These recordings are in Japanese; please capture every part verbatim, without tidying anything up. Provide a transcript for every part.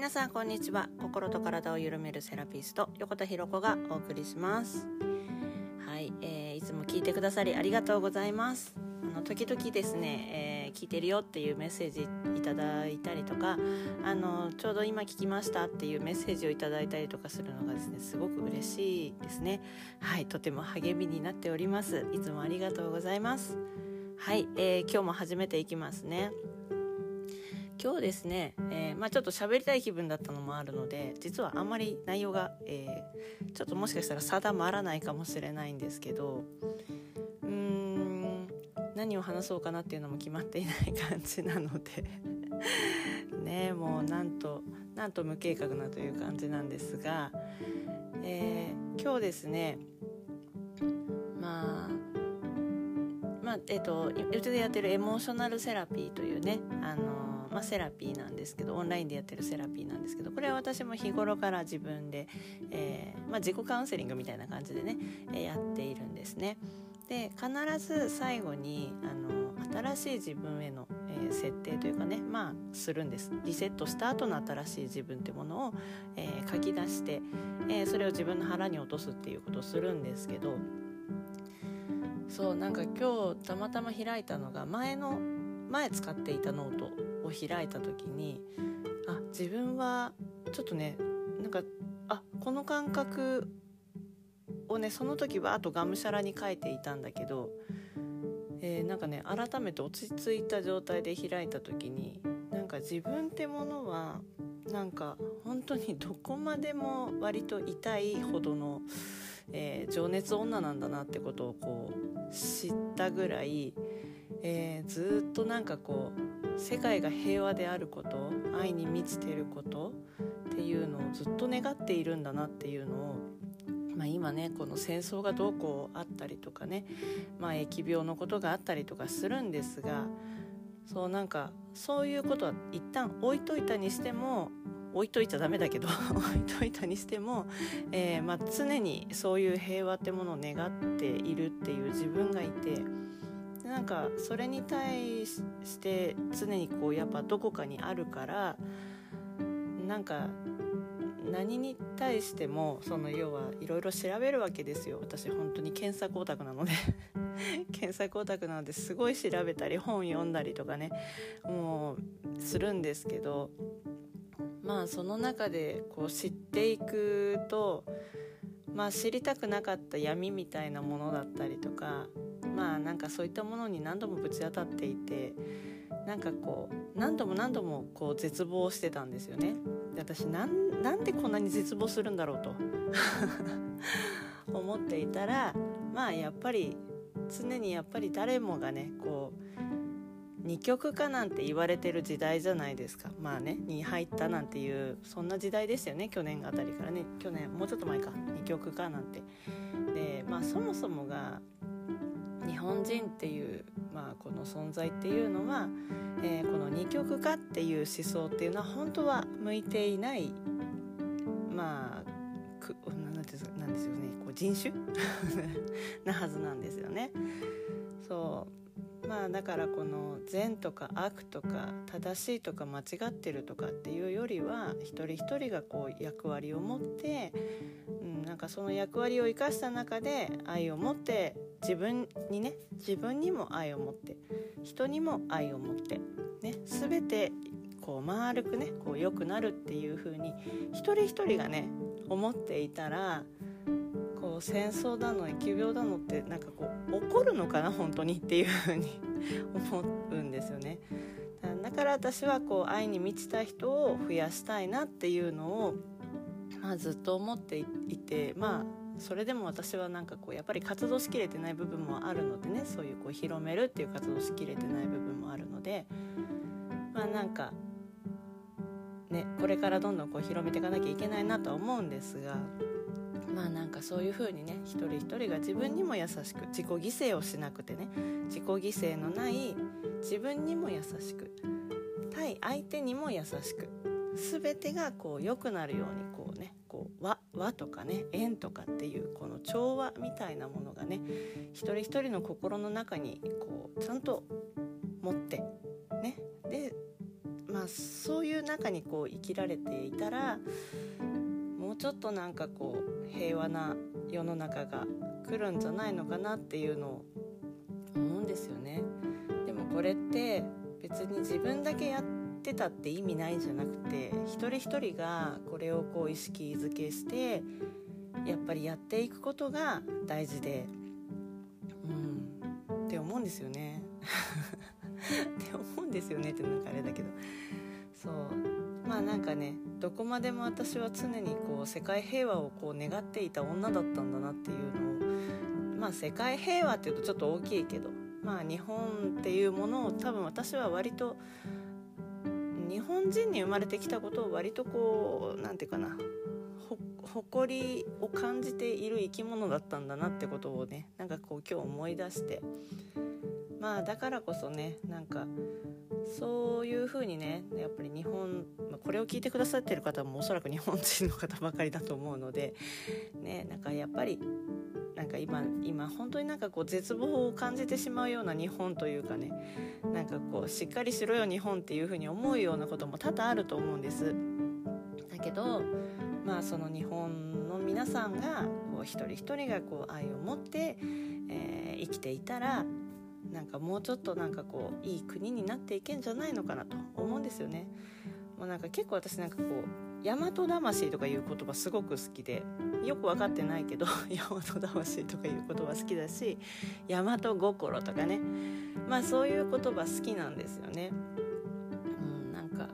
皆さんこんにちは。心と体を緩めるセラピスト横田博子がお送りします。はい、えー、いつも聞いてくださりありがとうございます。あの時々ですね、えー、聞いてるよっていうメッセージいただいたりとか、あのちょうど今聞きましたっていうメッセージをいただいたりとかするのがですね、すごく嬉しいですね。はい、とても励みになっております。いつもありがとうございます。はい、えー、今日も始めていきますね。今日ですね、えーまあ、ちょっと喋りたい気分だったのもあるので、実はあんまり内容が、えー、ちょっともしかしたら定まらないかもしれないんですけど、うーん何を話そうかなっていうのも決まっていない感じなのでね、もうなんとなんと無計画なという感じなんですが、えー、今日ですね、まあまあえっと、うちでやってるエモーショナルセラピーというね、あの、まあ、セラピーなんですけど、オンラインでやってるセラピーなんですけど、これは私も日頃から自分で、えーまあ、自己カウンセリングみたいな感じでね、えー、やっているんですね。で、必ず最後にあの新しい自分への、えー、設定というかね、まあするんです。リセットした後の新しい自分ってものを、えー、書き出して、えー、それを自分の腹に落とすっていうことをするんですけど、そうなんか今日たまたま開いたのが、前の前使っていたノートを開いた時に、あ、自分はちょっとね、なんかあこの感覚をね、その時はあとがむしゃらに書いていたんだけど、えー、なんかね改めて落ち着いた状態で開いた時に、なんか自分ってものはなんか本当にどこまでも割と痛いほどの、えー、情熱女なんだなってことをこう知ったぐらい、えー、ずっとなんかこう世界が平和であること、愛に満ちていることっていうのをずっと願っているんだなっていうのを、まあ、今ねこの戦争がどうこうあったりとかね、まあ、疫病のことがあったりとかするんですが、そうなんかそういうことは一旦置いといたにしても、置いといちゃダメだけど置いといたにしても、えーまあ、常にそういう平和ってものを願っているっていう自分がいて、なんかそれに対して常にこうやっぱどこかにあるから、なんか何に対してもその要はいろいろ調べるわけですよ。私本当に検索オタクなので検索オタクなのですごい調べたり本読んだりとかね、もうするんですけど、まあその中でこう知っていくと、まあ知りたくなかった闇みたいなものだったりとか、まあなんかそういったものに何度もぶち当たっていて、なんかこう何度も何度もこう絶望してたんですよね。で、私なん、なんでこんなに絶望するんだろうと思っていたら、まあやっぱり常にやっぱり誰もがねこう二極化なんて言われてる時代じゃないですか。まあね、に入ったなんていうそんな時代でしたよね。去年あたりからね、去年もうちょっと前か、二極化なんて。で、まあそもそもが日本人っていう、まあ、この存在っていうのは、えー、この二極化っていう思想っていうのは本当は向いていない、まあくなんていうんですか、なんですよね、こう人種なはずなんですよね。そうまあだからこの善とか悪とか正しいとか間違ってるとかっていうよりは、一人一人がこう役割を持って、うん、なんかその役割を生かした中で愛を持って、自分にね、自分にも愛を持って、人にも愛を持ってね、全てこう丸くねこう良くなるっていう風に一人一人がね思っていたら、こう戦争だの疫病だのってなんかこう起こるのかな本当にっていう風に思うんですよね。だから私はこう愛に満ちた人を増やしたいなっていうのを、まあ、ずっと思っていて、まあそれでも私はなんかこうやっぱり活動しきれてない部分もあるのでね、そういうこう広めるっていう活動しきれてない部分もあるので、まあなんかねこれからどんどんこう広めていかなきゃいけないなとは思うんですが、まあなんかそういう風にね、一人一人が自分にも優しく、自己犠牲をしなくてね、自己犠牲のない自分にも優しく、対相手にも優しく、全てがこう良くなるようにこうね、こう和和とかね、縁とかっていうこの調和みたいなものがね、一人一人の心の中にこうちゃんと持ってね、でままあそういう中にこう生きられていたら、もうちょっとなんかこう平和な世の中が来るんじゃないのかなっていうのを思うんですよね。でもこれって別に自分だけやってたって意味ないんじゃなくて、一人一人がこれをこう意識づけしてやっぱりやっていくことが大事で、うんって思うんですよねって思うんですよねってなんかあれだけど、そうまあなんかね、どこまでも私は常にこう世界平和をこう願っていた女だったんだなっていうのを、まあ世界平和っていうとちょっと大きいけど、まあ日本っていうものを多分私は割と日本人に生まれてきたことを割とこうなんていうかな、誇りを感じている生き物だったんだなってことをね、なんかこう今日思い出して、まあだからこそね、なんかそういう風にね、やっぱり日本、これを聞いてくださってる方もおそらく日本人の方ばかりだと思うのでね、なんかやっぱりなんか今今本当になんかこう絶望を感じてしまうような日本というかね、なんかこうしっかりしろよ日本っていう風に思うようなことも多々あると思うんです。だけどまあその日本の皆さんがこう一人一人がこう愛を持って、えー、生きていたら、なんかもうちょっとなんかこういい国になっていけんじゃないのかなと思うんですよね。もうなんか結構私なんかこう大和魂とかいう言葉すごく好きで、よく分かってないけど大和魂とかいう言葉好きだし、大和心とかね、まあそういう言葉好きなんですよね。うん、なんか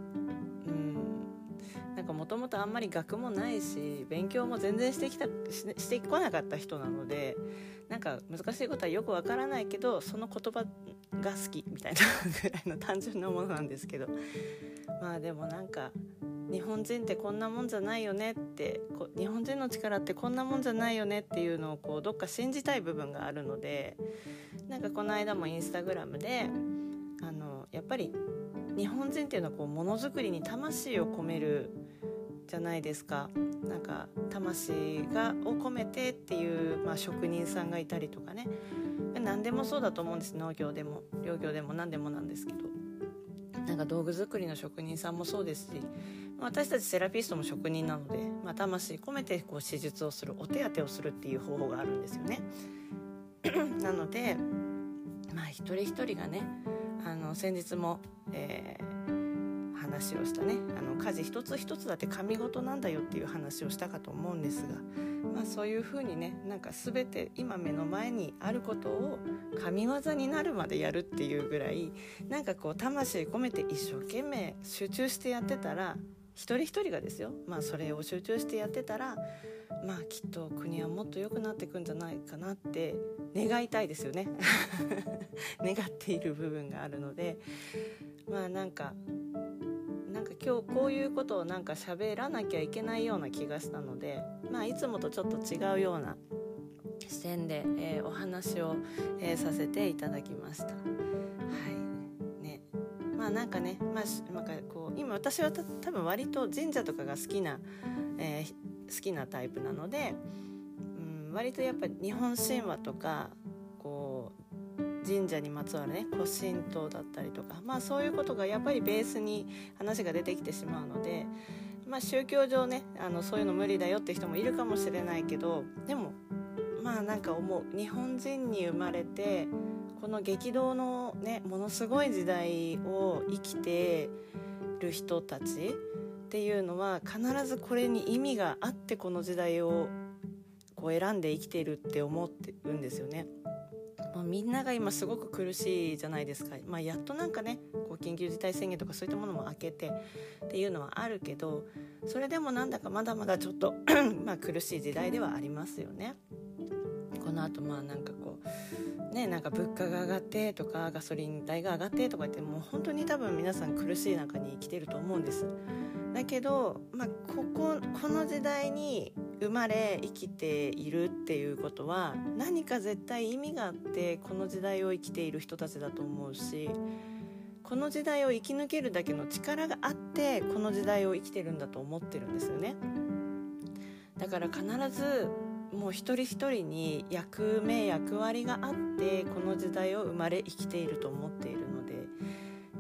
もともとあんまり学もないし勉強も全然してきた し, してこなかった人なので、なんか難しいことはよくわからないけどその言葉が好きみたいなぐらいの単純なものなんですけど、まあでもなんか日本人ってこんなもんじゃないよねって、こ日本人の力ってこんなもんじゃないよねっていうのをこうどっか信じたい部分があるので、なんかこの間もインスタグラムであのやっぱり日本人っていうのはこうものづくりに魂を込めるじゃないですか。なんか魂がを込めてっていう、まあ、職人さんがいたりとかね、何でもそうだと思うんです。農業でも漁業でも何でもなんですけど、なんか道具作りの職人さんもそうですし、私たちセラピストも職人なので、まあ、魂込めてこう施術をする、お手当てをするっていう方法があるんですよねなのでまあ一人一人がね、あの先日も、えー話をしたね、あの家事一つ一つだって神事なんだよっていう話をしたかと思うんですが、まあ、そういう風にね、なんか全て今目の前にあることを神業になるまでやるっていうぐらい、なんかこう魂込めて一生懸命集中してやってたら、一人一人がですよ、まあそれを集中してやってたら、まあきっと国はもっと良くなっていくんじゃないかなって願いたいですよね願っている部分があるので、まあなんかなんか今日こういうことをなんか喋らなきゃいけないような気がしたので、まあいつもとちょっと違うような視点で、えー、お話を、えー、させていただきました。はいね、まあなんかね、まあ、なんかこう今私はた多分割と神社とかが好きな、えー、好きなタイプなので、うん、割とやっぱり日本神話とかこう神社にまつわるね、古神道だったりとか、まあそういうことがやっぱりベースに話が出てきてしまうので、まあ宗教上ね、あのそういうの無理だよって人もいるかもしれないけど、でもまあなんか思う、日本人に生まれてこの激動のね、ものすごい時代を生きてる人たちっていうのは必ずこれに意味があってこの時代をこう選んで生きているって思ってるんですよね。みんなが今すごく苦しいじゃないですか。まあ、やっとなんかね、こう緊急事態宣言とかそういったものも明けてっていうのはあるけど、それでもなんだかまだまだちょっとまあ苦しい時代ではありますよね。この後まあなんかこうね、なんか物価が上がってとかガソリン代が上がってとか言って、もう本当に多分皆さん苦しい中に生きてると思うんです。だけど、まあ、こここの時代に生まれ生きているっていうことは何か絶対意味があってこの時代を生きている人たちだと思うし、この時代を生き抜けるだけの力があってこの時代を生きてるんだと思ってるんですよね。だから必ずもう一人一人に役目役割があってこの時代を生まれ生きていると思っているので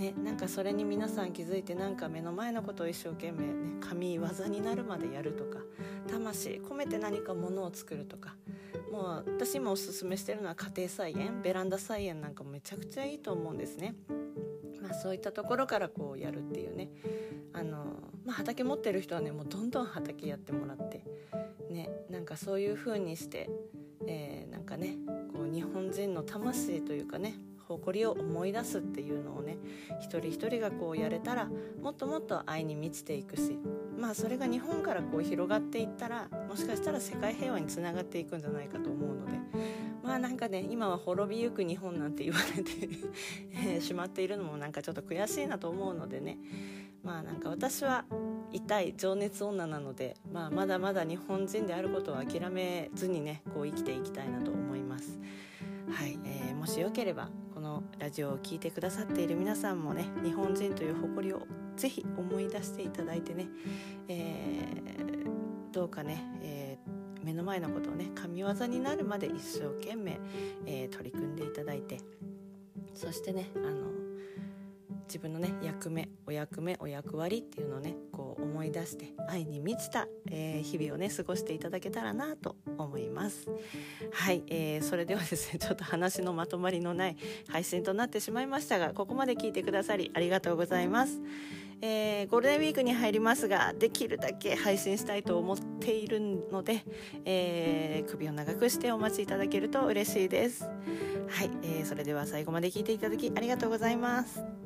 ね、なんかそれに皆さん気づいて、なんか目の前のことを一生懸命ね、神業になるまでやるとか、魂込めて何かものを作るとか、もう私今おすすめしてるのは家庭菜園、ベランダ菜園なんかもめちゃくちゃいいと思うんですね。まあ、そういったところからこうやるっていうね、あの、まあ、畑持ってる人はね、もうどんどん畑やってもらってね、なんかそういう風にして、えー、なんかね、こう日本人の魂というかね、誇りを思い出すっていうのをね、一人一人がこうやれたら、もっともっと愛に満ちていくし、まあそれが日本からこう広がっていったら、もしかしたら世界平和につながっていくんじゃないかと思うので、まあなんかね、今は滅びゆく日本なんて言われてしまっているのもなんかちょっと悔しいなと思うのでね、まあなんか私は痛い情熱女なので、まあ、まだまだ日本人であることを諦めずにね、こう生きていきたいなと思います。はい、えー、もしよければこのラジオを聞いてくださっている皆さんもね、日本人という誇りをぜひ思い出していただいてね、えー、どうかね、えー、目の前のことをね、神業になるまで一生懸命、えー、取り組んでいただいて、そしてね、あの自分のね、役目、お役目、お役割っていうのをね、こう思い出して愛に満ちた、えー、日々をね、過ごしていただけたらなと思います。はい、えー、それではですね、ちょっと話のまとまりのない配信となってしまいましたが、ここまで聞いてくださりありがとうございます。えー、ゴールデンウィークに入りますが、できるだけ配信したいと思っているので、えー、首を長くしてお待ちいただけると嬉しいです。はい、えー、それでは最後まで聞いていただきありがとうございます。